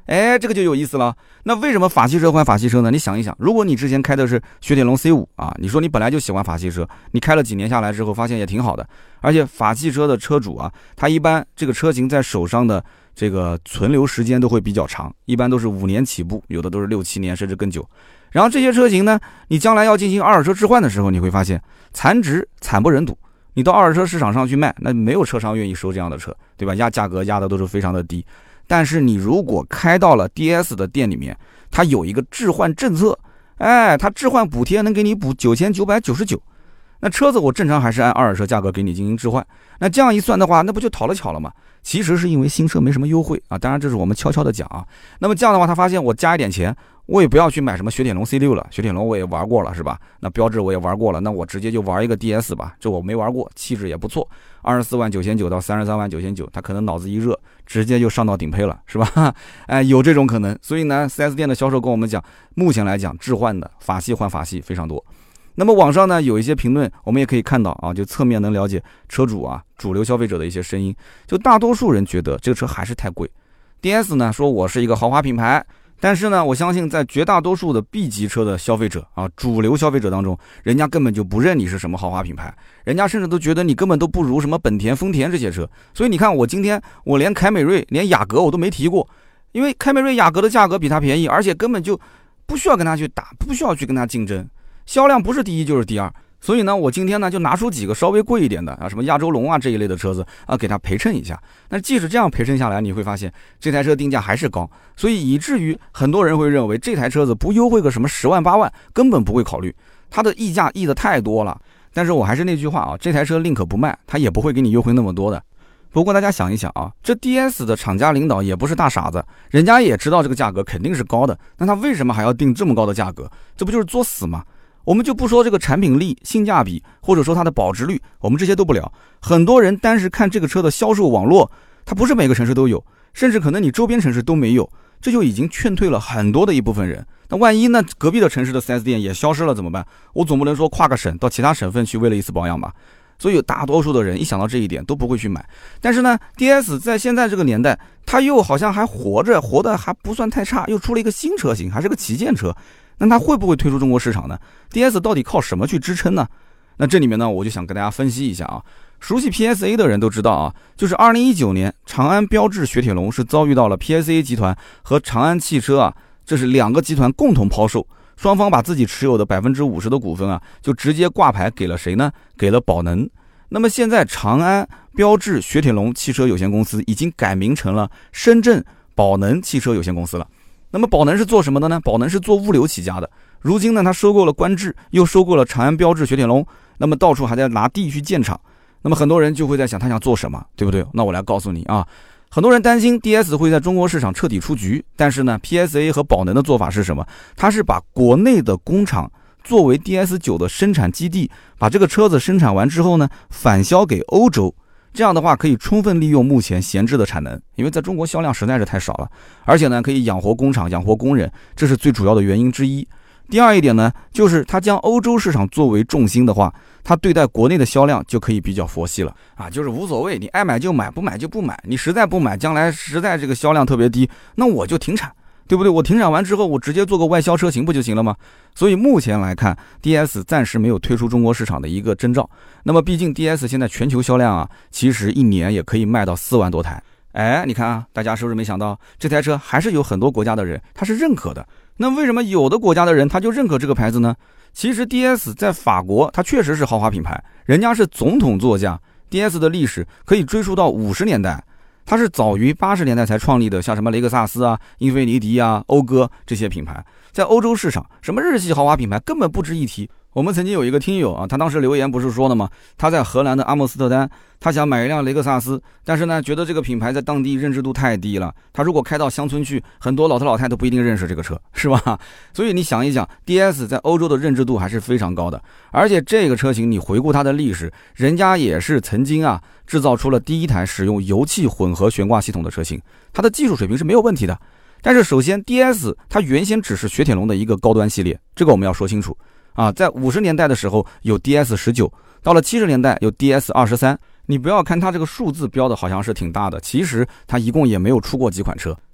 哎，这个就有意思了。那为什么法系车换法系车呢？你想一想，如果你之前开的是雪铁龙 C5 啊，你说你本来就喜欢法系车，你开了几年下来之后，发现也挺好的。而且法系车的车主啊，他一般这个车型在手上的这个存留时间都会比较长，一般都是5年起步，有的都是6、7年甚至更久。然后这些车型呢，你将来要进行二手车置换的时候，你会发现残值惨不忍睹。你到二手车市场上去卖，那没有车商愿意收这样的车，对吧？价格压的都是非常的低。但是你如果开到了 DS 的店里面，它有一个置换政策，哎，它置换补贴能给你补9999，那车子我正常还是按二手车价格给你进行置换。那这样一算的话，那不就讨了巧了吗？其实是因为新车没什么优惠啊，当然这是我们悄悄的讲啊。那么这样的话，他发现我加一点钱，我也不要去买什么雪铁龙 C6 了，雪铁龙我也玩过了是吧？那标致我也玩过了，那我直接就玩一个 DS 吧，这我没玩过，气质也不错，24.9万到33.9万，他可能脑子一热，直接就上到顶配了是吧？哎，有这种可能。所以呢 4S 店的销售跟我们讲，目前来讲置换的法系换法系非常多。那么网上呢有一些评论，我们也可以看到啊，就侧面能了解车主啊、主流消费者的一些声音。就大多数人觉得这个车还是太贵。DS 呢说我是一个豪华品牌，但是呢，我相信在绝大多数的 B 级车的消费者啊，主流消费者当中，人家根本就不认你是什么豪华品牌，人家甚至都觉得你根本都不如什么本田、丰田这些车。所以你看，我今天我连凯美瑞、连雅阁我都没提过，因为凯美瑞、雅阁的价格比它便宜，而且根本就不需要跟它去打，不需要去跟它竞争。销量不是第一就是第二，所以呢，我今天呢就拿出几个稍微贵一点的啊，什么亚洲龙啊这一类的车子啊，给它陪衬一下。那即使这样陪衬下来，你会发现这台车定价还是高，所以以至于很多人会认为这台车子不优惠个什么10万8万，根本不会考虑，它的溢价溢的太多了。但是我还是那句话啊，这台车宁可不卖，它也不会给你优惠那么多的。不过大家想一想啊，这 DS 的厂家领导也不是大傻子，人家也知道这个价格肯定是高的，那他为什么还要定这么高的价格？这不就是作死吗？我们就不说这个产品力、性价比，或者说它的保值率，我们这些都不聊。很多人单是看这个车的销售网络，它不是每个城市都有，甚至可能你周边城市都没有，这就已经劝退了很多的一部分人。那万一呢，隔壁的城市的 4S 店也消失了怎么办？我总不能说跨个省到其他省份去为了一次保养吧。所以大多数的人一想到这一点都不会去买。但是呢 DS 在现在这个年代，它又好像还活着，活得还不算太差，又出了一个新车型，还是个旗舰车。那它会不会推出中国市场呢？ DS 到底靠什么去支撑呢？那这里面呢，我就想跟大家分析一下啊。熟悉 PSA 的人都知道啊，就是2019年长安标致雪铁龙是遭遇到了 PSA 集团和长安汽车啊，这是两个集团共同抛售，双方把自己持有的50%的股份啊，就直接挂牌给了谁呢？给了宝能。那么现在长安标致雪铁龙汽车有限公司已经改名成了深圳宝能汽车有限公司了。那么宝能是做什么的呢？宝能是做物流起家的。如今呢，他收购了观致，又收购了长安标致雪铁龙，那么到处还在拿地去建厂。那么很多人就会在想，他想做什么，对不对？那我来告诉你啊，很多人担心 DS 会在中国市场彻底出局，但是呢 PSA 和宝能的做法是什么？它是把国内的工厂作为 DS9 的生产基地，把这个车子生产完之后呢，返销给欧洲。这样的话可以充分利用目前闲置的产能，因为在中国销量实在是太少了，而且呢可以养活工厂、养活工人，这是最主要的原因之一。第二一点呢，就是他将欧洲市场作为重心的话，他对待国内的销量就可以比较佛系了啊，就是无所谓，你爱买就买，不买就不买，你实在不买，将来实在这个销量特别低，那我就停产，对不对？我停产完之后，我直接做个外销车型不就行了吗？所以目前来看 DS 暂时没有推出中国市场的一个征兆。那么毕竟 DS 现在全球销量啊，其实一年也可以卖到4万多台。哎，你看啊，大家是不是没想到这台车还是有很多国家的人他是认可的？那为什么有的国家的人他就认可这个牌子呢？其实 DS 在法国它确实是豪华品牌，人家是总统座驾， DS 的历史可以追溯到50年代，它是早于80年代才创立的，像什么雷克萨斯啊、英菲尼迪啊、讴歌这些品牌，在欧洲市场什么日系豪华品牌根本不值一提。我们曾经有一个听友啊，他当时留言不是说了吗？他在荷兰的阿姆斯特丹，他想买一辆雷克萨斯，但是呢，觉得这个品牌在当地认知度太低了。他如果开到乡村去，很多老头老太都不一定认识这个车，是吧？所以你想一想 ，DS 在欧洲的认知度还是非常高的。而且这个车型，你回顾它的历史，人家也是曾经啊制造出了第一台使用油气混合悬挂系统的车型，它的技术水平是没有问题的。但是首先 DS 它原先只是雪铁龙的一个高端系列，这个我们要说清楚。啊，在50年代的时候有 DS19， 到了70年代有 DS23。你不要看它这个数字标的好像是挺大的，其实它一共也没有出过几款车。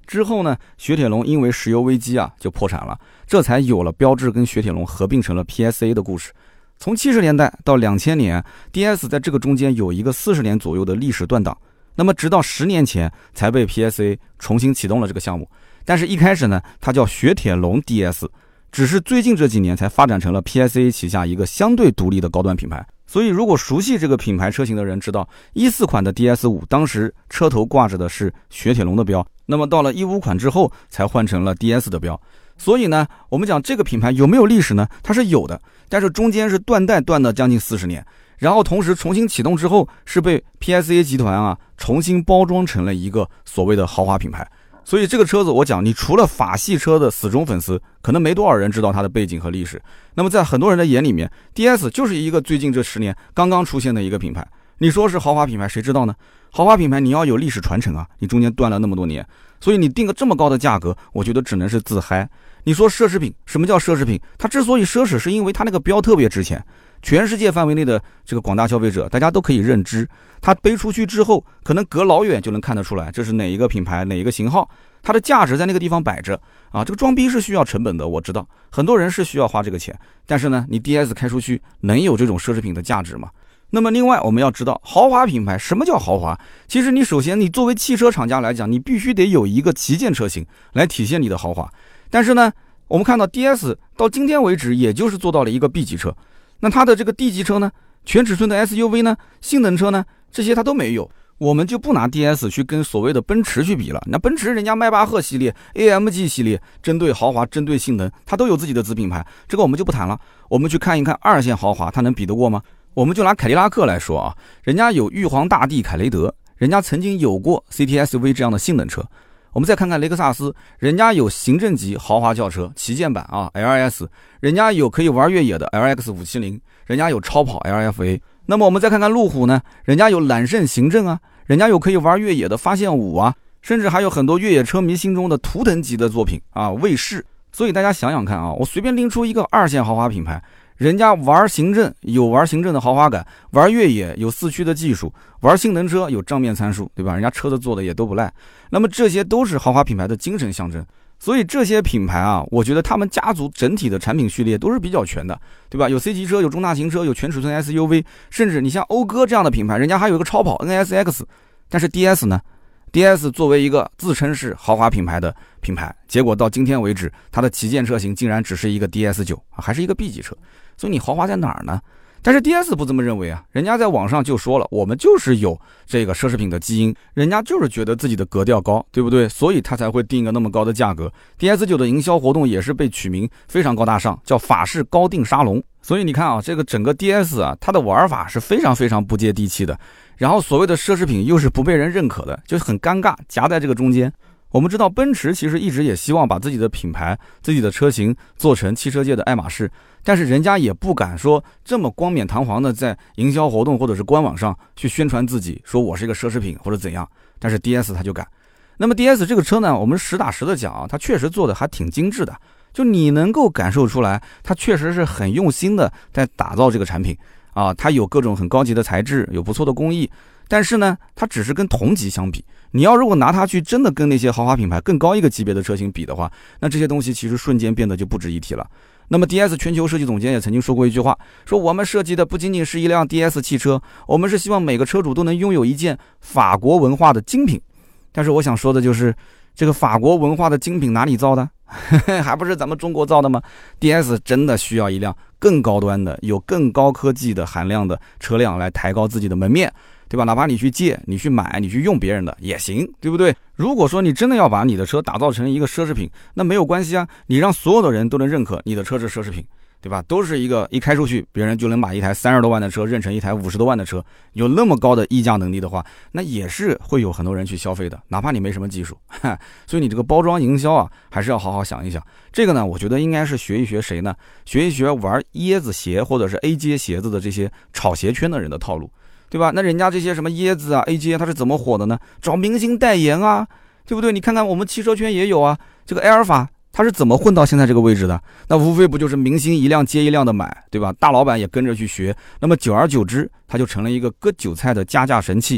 之后呢，雪铁龙因为石油危机啊就破产了，这才有了标致跟雪铁龙合并成了 PSA 的故事。从70年代到2000年 ，DS 在这个中间有一个40年左右的历史断档。那么直到10年前才被 PSA 重新启动了这个项目。但是一开始呢，它叫雪铁龙 DS， 只是最近这几年才发展成了 PSA 旗下一个相对独立的高端品牌。所以如果熟悉这个品牌车型的人知道，14款的 DS5 当时车头挂着的是雪铁龙的标，那么到了15款之后才换成了 DS 的标。所以呢，我们讲这个品牌有没有历史呢？它是有的，但是中间是断代断了将近40年，然后同时重新启动之后是被 PSA 集团啊重新包装成了一个所谓的豪华品牌。所以这个车子我讲，你除了法系车的死忠粉丝，可能没多少人知道它的背景和历史。那么在很多人的眼里面， DS 就是一个最近这10年刚刚出现的一个品牌。你说是豪华品牌，谁知道呢？豪华品牌你要有历史传承啊，你中间断了那么多年，所以你定个这么高的价格，我觉得只能是自嗨。你说奢侈品，什么叫奢侈品？它之所以奢侈，是因为它那个标特别值钱，全世界范围内的这个广大消费者大家都可以认知，它背出去之后可能隔老远就能看得出来这是哪一个品牌哪一个型号，它的价值在那个地方摆着啊。这个装逼是需要成本的，我知道很多人是需要花这个钱，但是呢，你 DS 开出去能有这种奢侈品的价值吗？那么另外我们要知道豪华品牌，什么叫豪华？其实你首先你作为汽车厂家来讲，你必须得有一个旗舰车型来体现你的豪华。但是呢，我们看到 DS 到今天为止也就是做到了一个 B 级车，那它的这个 D 级车呢，全尺寸的 SUV 呢，性能车呢，这些它都没有。我们就不拿 DS 去跟所谓的奔驰去比了，那奔驰人家迈巴赫系列 AMG 系列针对豪华针对性能它都有自己的子品牌，这个我们就不谈了。我们去看一看二线豪华它能比得过吗？我们就拿凯迪拉克来说啊，人家有玉皇大帝凯雷德，人家曾经有过 CT-SUV 这样的性能车。我们再看看雷克萨斯，人家有行政级豪华轿车旗舰版啊 LS， 人家有可以玩越野的 LX570， 人家有超跑 LFA。 那么我们再看看路虎呢，人家有揽胜行政啊，人家有可以玩越野的发现5啊，甚至还有很多越野车迷心中的图腾级的作品啊，卫士。所以大家想想看啊，我随便拎出一个二线豪华品牌，人家玩行政有玩行政的豪华感，玩越野有4驱的技术，玩性能车有账面参数，对吧？人家车子做的也都不赖。那么这些都是豪华品牌的精神象征。所以这些品牌啊，我觉得他们家族整体的产品序列都是比较全的，对吧？有 C 级车，有中大型车，有全尺寸 SUV， 甚至你像讴歌这样的品牌，人家还有一个超跑 NSX。 但是 DS 呢， DS 作为一个自称是豪华品牌的品牌，结果到今天为止它的旗舰车型竟然只是一个 DS9， 还是一个 B 级车。所以你豪华在哪儿呢？但是 DS 不这么认为啊，人家在网上就说了，我们就是有这个奢侈品的基因，人家就是觉得自己的格调高，对不对？所以他才会定一个那么高的价格。 DS9 的营销活动也是被取名非常高大上，叫法式高定沙龙。所以你看啊，这个整个 DS 啊，它的玩法是非常非常不接地气的，然后所谓的奢侈品又是不被人认可的，就很尴尬，夹在这个中间。我们知道奔驰其实一直也希望把自己的品牌自己的车型做成汽车界的爱马仕，但是人家也不敢说这么冠冕堂皇的在营销活动或者是官网上去宣传自己，说我是一个奢侈品或者怎样，但是 DS 它就敢。那么 DS 这个车呢，我们实打实的讲啊，它确实做的还挺精致的，就你能够感受出来它确实是很用心的在打造这个产品啊，它有各种很高级的材质，有不错的工艺，但是呢它只是跟同级相比，你要如果拿它去真的跟那些豪华品牌更高一个级别的车型比的话，那这些东西其实瞬间变得就不值一提了。那么 DS 全球设计总监也曾经说过一句话，说我们设计的不仅仅是一辆 DS 汽车，我们是希望每个车主都能拥有一件法国文化的精品。但是我想说的就是这个法国文化的精品哪里造的？还不是咱们中国造的吗？ DS 真的需要一辆更高端的有更高科技的含量的车辆来抬高自己的门面，对吧？哪怕你去借你去买你去用别人的也行，对不对？如果说你真的要把你的车打造成一个奢侈品，那没有关系啊，你让所有的人都能认可你的车是奢侈品，对吧？都是一开出去别人就能把一台30多万的车认成一台50多万的车，有那么高的溢价能力的话，那也是会有很多人去消费的，哪怕你没什么技术。所以你这个包装营销啊，还是要好好想一想。这个呢，我觉得应该是学一学谁呢？学一学玩椰子鞋或者是 A 阶鞋子的这些炒鞋圈的人的套路，对吧？那人家这些什么椰子啊 A 阶它是怎么火的呢？找明星代言啊，对不对？你看看我们汽车圈也有啊，这个埃尔法他是怎么混到现在这个位置的？那无非不就是明星一辆接一辆的买，对吧？大老板也跟着去学，那么久而久之他就成了一个割韭菜的加价神器。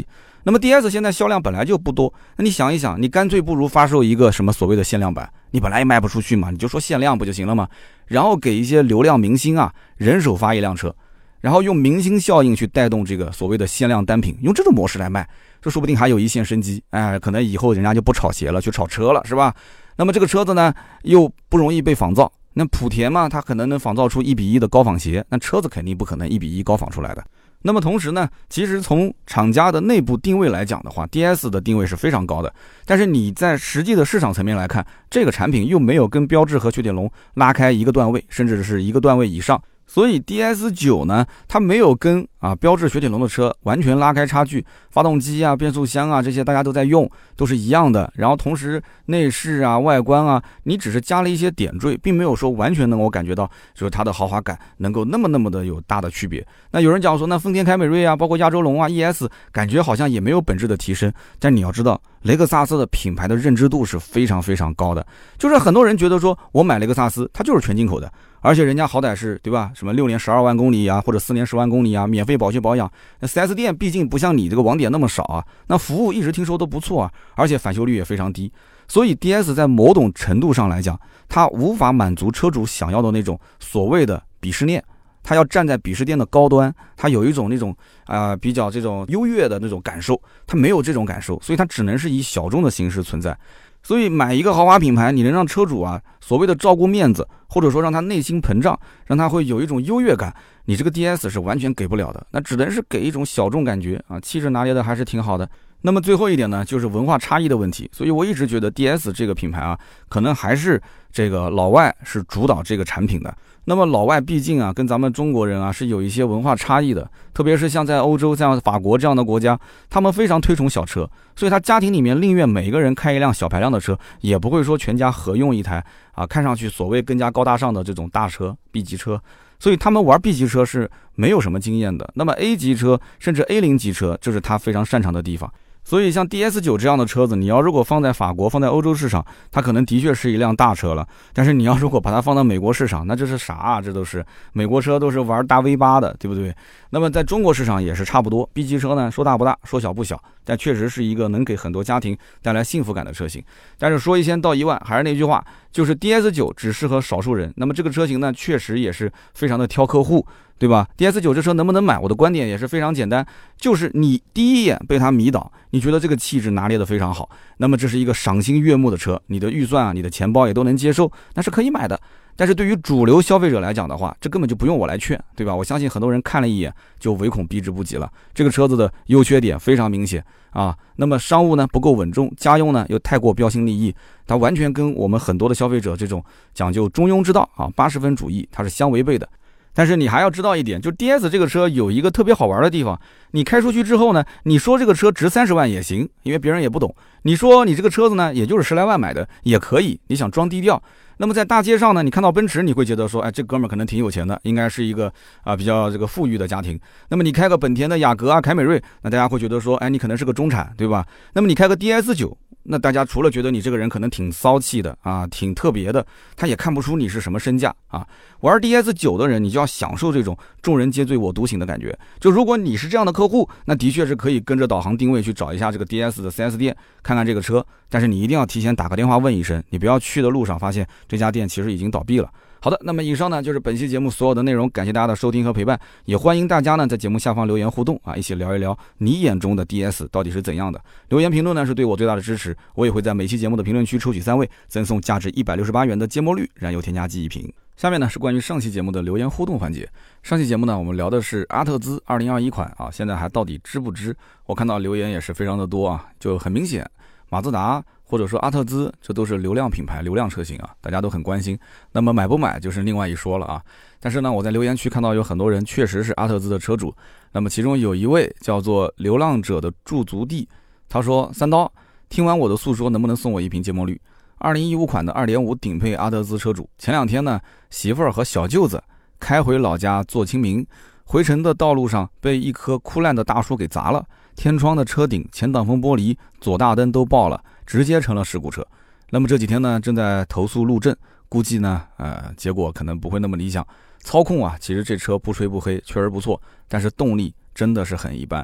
那么 DS 现在销量本来就不多，那你想一想，你干脆不如发售一个什么所谓的限量版，你本来也卖不出去嘛，你就说限量不就行了吗？然后给一些流量明星啊，人手发一辆车，然后用明星效应去带动这个所谓的限量单品，用这种模式来卖，这说不定还有一线生机。可能以后人家就不炒鞋了，去炒车了，是吧？那么这个车子呢，又不容易被仿造。那莆田嘛，它可能能仿造出1:1的高仿鞋，那车子肯定不可能1:1高仿出来的。那么同时呢，其实从厂家的内部定位来讲的话 ，DS 的定位是非常高的。但是你在实际的市场层面来看，这个产品又没有跟标致和雪铁龙拉开一个段位，甚至是一个段位以上。所以 DS9 呢，它没有跟标致雪铁龙的车完全拉开差距，发动机啊、变速箱啊这些大家都在用，都是一样的。然后同时内饰啊、外观啊，你只是加了一些点缀，并没有说完全能够感觉到就是它的豪华感能够那么的有大的区别。那有人讲说，那丰田凯美瑞啊，包括亚洲龙啊、ES， 感觉好像也没有本质的提升。但你要知道，雷克萨斯的品牌的认知度是非常非常高的，就是很多人觉得说我买雷克萨斯，它就是全进口的。而且人家好歹是对吧？什么6年12万公里啊，或者4年10万公里啊，免费保修保养。那 4S 店毕竟不像你这个网点那么少啊，那服务一直听说都不错啊，而且返修率也非常低。所以 DS 在某种程度上来讲，它无法满足车主想要的那种所谓的鄙视链，它要站在鄙视链的高端，它有一种那种比较这种优越的那种感受，它没有这种感受，所以它只能是以小众的形式存在。所以买一个豪华品牌，你能让车主所谓的照顾面子，或者说让他内心膨胀，让他会有一种优越感，你这个 DS 是完全给不了的，那只能是给一种小众感觉气质拿捏的还是挺好的。那么最后一点呢，就是文化差异的问题。所以我一直觉得 DS 这个品牌可能还是这个老外是主导这个产品的。那么老外毕竟跟咱们中国人是有一些文化差异的，特别是像在欧洲，像法国这样的国家，他们非常推崇小车，所以他家庭里面宁愿每一个人开一辆小排量的车，也不会说全家合用一台看上去所谓更加高大上的这种大车 B 级车。所以他们玩 B 级车是没有什么经验的。那么 A 级车甚至 A0 级车就是他非常擅长的地方。所以像 DS9 这样的车子，你要如果放在法国，放在欧洲市场，它可能的确是一辆大车了。但是你要如果把它放到美国市场，那这是啥这都是美国车，都是玩大 V8 的，对不对？那么在中国市场也是差不多。B 级车呢，说大不大，说小不小，但确实是一个能给很多家庭带来幸福感的车型。但是说一千道一万，还是那句话，就是 DS9 只适合少数人。那么这个车型呢，确实也是非常的挑客户，对吧？ DS9 这车能不能买？我的观点也是非常简单，就是你第一眼被它迷倒，你觉得这个气质拿捏的非常好，那么这是一个赏心悦目的车，你的预算你的钱包也都能接受，那是可以买的。但是对于主流消费者来讲的话，这根本就不用我来劝，对吧？我相信很多人看了一眼就唯恐避之不及了。这个车子的优缺点非常明显那么商务呢不够稳重，家用呢又太过标新立异，它完全跟我们很多的消费者这种讲究中庸之道80分主义它是相违背的。但是你还要知道一点，就 DS 这个车有一个特别好玩的地方，你开出去之后呢，你说这个车值30万也行，因为别人也不懂。你说你这个车子呢，也就是10来万买的也可以，你想装低调。那么在大街上呢，你看到奔驰，你会觉得说，这哥们儿可能挺有钱的，应该是一个比较这个富裕的家庭。那么你开个本田的雅阁凯美瑞，那大家会觉得说，你可能是个中产，对吧？那么你开个 DS9，那大家除了觉得你这个人可能挺骚气的挺特别的，他也看不出你是什么身价玩 DS9 的人，你就要享受这种众人皆醉我独醒的感觉。就如果你是这样的客户，那的确是可以跟着导航定位去找一下这个 DS 的 4S 店，看看这个车。但是你一定要提前打个电话问一声，你不要去的路上发现这家店其实已经倒闭了。好的，那么以上呢就是本期节目所有的内容，感谢大家的收听和陪伴，也欢迎大家呢在节目下方留言互动一起聊一聊你眼中的 DS 到底是怎样的。留言评论呢是对我最大的支持，我也会在每期节目的评论区抽取3位，赠送价值168元的芥末绿燃油添加剂1瓶。下面呢是关于上期节目的留言互动环节。上期节目呢我们聊的是阿特兹2021款现在还到底知不知？我看到留言也是非常的多就很明显，马自达或者说阿特兹这都是流量品牌流量车型大家都很关心。那么买不买就是另外一说了但是呢我在留言区看到有很多人确实是阿特兹的车主。那么其中有一位叫做流浪者的驻足地，他说三刀，听完我的诉说能不能送我一瓶芥末绿？2015款的 2.5 顶配阿特兹车主，前2天呢媳妇儿和小舅子开回老家做清明，回程的道路上被一棵枯烂的大树给砸了，天窗的车顶、前挡风玻璃、左大灯都爆了，直接成了事故车。那么这几天呢正在投诉路政，估计呢结果可能不会那么理想。操控其实这车不吹不黑确实不错，但是动力真的是很一般。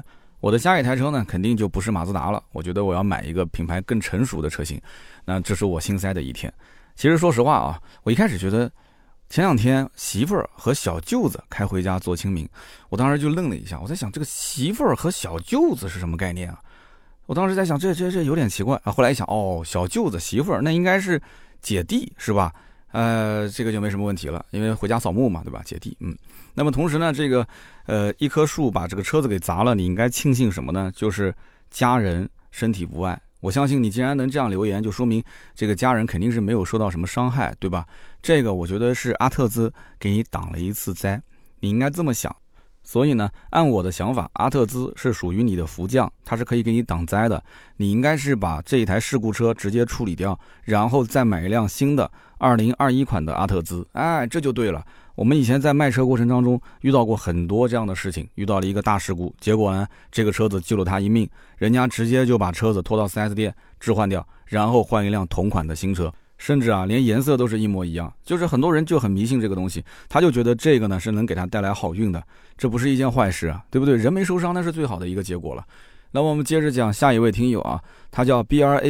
我的下一台车呢，肯定就不是马自达了。我觉得我要买一个品牌更成熟的车型。那这是我心塞的一天。其实说实话啊，我一开始觉得前2天媳妇儿和小舅子开回家做清明，我当时就愣了一下。我在想，这个媳妇儿和小舅子是什么概念啊？我当时在想，这有点奇怪啊。后来一想，哦，小舅子媳妇儿那应该是姐弟是吧？这个就没什么问题了，因为回家扫墓嘛，对吧？姐弟，那么同时呢，这个一棵树把这个车子给砸了，你应该庆幸什么呢？就是家人身体无碍。我相信你既然能这样留言，就说明这个家人肯定是没有受到什么伤害，对吧？这个我觉得是阿特兹给你挡了一次灾，你应该这么想。所以呢，按我的想法，阿特兹是属于你的福将，它是可以给你挡灾的。你应该是把这一台事故车直接处理掉，然后再买一辆新的2021款的阿特兹，这就对了。我们以前在卖车过程当中遇到过很多这样的事情，遇到了一个大事故，结果呢，这个车子救了他一命，人家直接就把车子拖到 4S 店置换掉，然后换一辆同款的新车，甚至连颜色都是一模一样。就是很多人就很迷信这个东西，他就觉得这个呢是能给他带来好运的，这不是一件坏事啊，对不对？人没受伤那是最好的一个结果了。那么我们接着讲下一位听友啊，他叫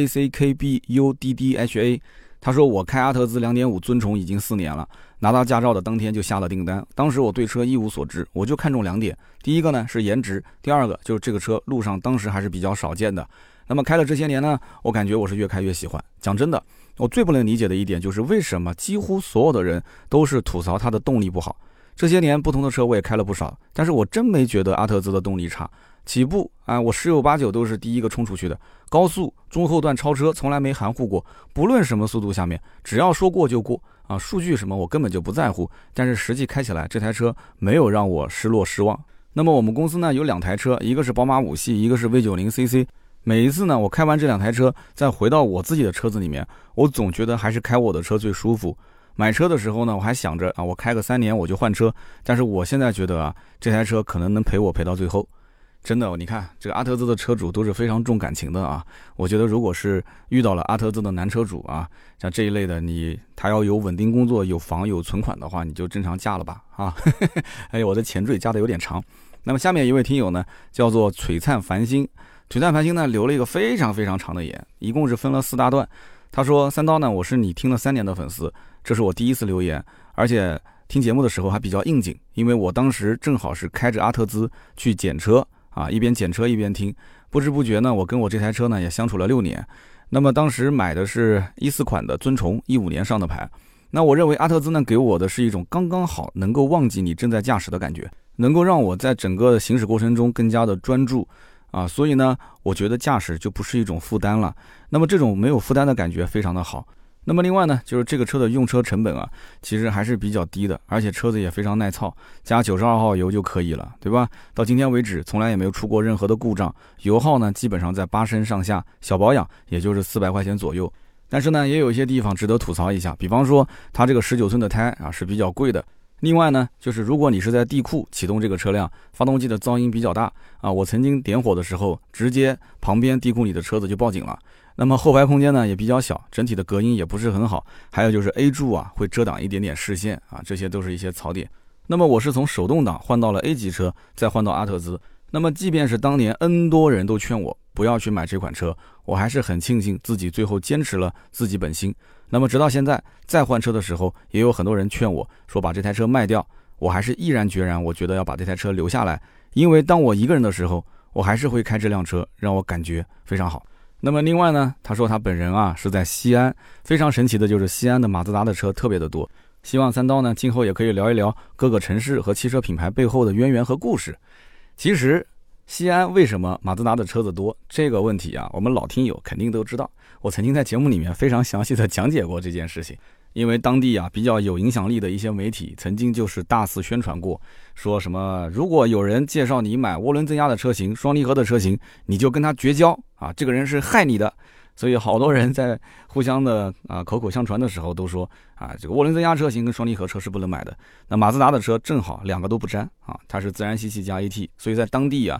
BRACKBUDDHA， 他说我开阿特兹 2.5 尊崇已经4年了，拿到驾照的当天就下了订单。当时我对车一无所知，我就看中2点，第一个呢是颜值，第二个就是这个车路上当时还是比较少见的。那么开了这些年呢，我感觉我是越开越喜欢。讲真的，我最不能理解的一点就是为什么几乎所有的人都是吐槽它的动力不好。这些年不同的车我也开了不少，但是我真没觉得阿特兹的动力差。起步我10有89都是第一个冲出去的，高速中后段超车从来没含糊过，不论什么速度下面，只要说过就过数据什么我根本就不在乎，但是实际开起来这台车没有让我失落失望。那么我们公司呢有2台车，一个是宝马5系，一个是 V90CC。每一次呢我开完这2台车再回到我自己的车子里面，我总觉得还是开我的车最舒服。买车的时候呢我还想着我开个3年我就换车，但是我现在觉得这台车可能能陪我陪到最后。真的，你看这个阿特兹的车主都是非常重感情的我觉得如果是遇到了阿特兹的男车主像这一类的，他要有稳定工作、有房、有存款的话，你就正常嫁了吧哎呦，我的前缀加的有点长。那么下面一位听友呢叫做璀璨繁星，璀璨繁星呢留了一个非常非常长的言，一共是分了4大段。他说三刀呢，我是你听了3年的粉丝，这是我第一次留言，而且听节目的时候还比较应景，因为我当时正好是开着阿特兹去检车一边检车一边听，不知不觉呢，我跟我这台车呢也相处了6年。那么当时买的是14款的尊崇，15年上的牌。那我认为阿特兹呢给我的是一种刚刚好能够忘记你正在驾驶的感觉，能够让我在整个行驶过程中更加的专注所以呢，我觉得驾驶就不是一种负担了。那么这种没有负担的感觉非常的好。那么另外呢，就是这个车的用车成本其实还是比较低的，而且车子也非常耐操，加92号油就可以了，对吧？到今天为止从来也没有出过任何的故障，油耗呢基本上在8升上下，小保养也就是400块钱左右。但是呢，也有一些地方值得吐槽一下，比方说它这个19寸的胎是比较贵的。另外呢，就是如果你是在地库启动这个车辆，发动机的噪音比较大我曾经点火的时候，直接旁边地库里的车子就报警了。那么后排空间呢也比较小，整体的隔音也不是很好，还有就是 A 柱会遮挡一点点视线这些都是一些槽点。那么我是从手动挡换到了 A 级车，再换到阿特兹。那么即便是当年 N 多人都劝我不要去买这款车，我还是很庆幸自己最后坚持了自己本心。那么直到现在再换车的时候，也有很多人劝我说把这台车卖掉，我还是毅然决然，我觉得要把这台车留下来，因为当我一个人的时候，我还是会开这辆车，让我感觉非常好。那么另外呢，他说他本人是在西安，非常神奇的就是西安的马自达的车特别的多，希望三刀呢今后也可以聊一聊各个城市和汽车品牌背后的渊源和故事。其实西安为什么马自达的车子多这个问题我们老听友肯定都知道，我曾经在节目里面非常详细的讲解过这件事情。因为当地比较有影响力的一些媒体曾经就是大肆宣传过，说什么如果有人介绍你买涡轮增压的车型、双离合的车型，你就跟他绝交这个人是害你的。所以好多人在互相的口口相传的时候都说这个涡轮增压车型跟双离合车是不能买的。那马自达的车正好2个都不沾它是自然吸气加 AT， 所以在当地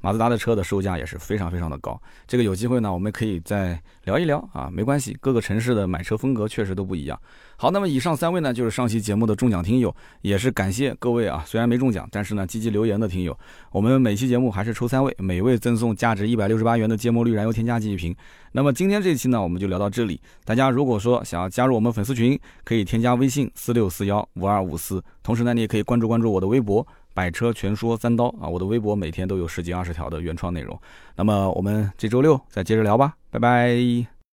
马自达的车的售价也是非常非常的高。这个有机会呢，我们可以再聊一聊啊，没关系，各个城市的买车风格确实都不一样。好，那么以上3位呢，就是上期节目的中奖听友，也是感谢各位啊，虽然没中奖，但是呢积极留言的听友。我们每期节目还是抽3位，每位赠送价值168元的芥末绿燃油添加剂1瓶。那么今天这期呢，我们就聊到这里。大家如果说想要加入我们粉丝群，可以添加微信46415254，同时呢，你也可以关注我的微博百车全说3刀啊，我的微博每天都有10几20条的原创内容。那么我们这周6再接着聊吧，拜拜。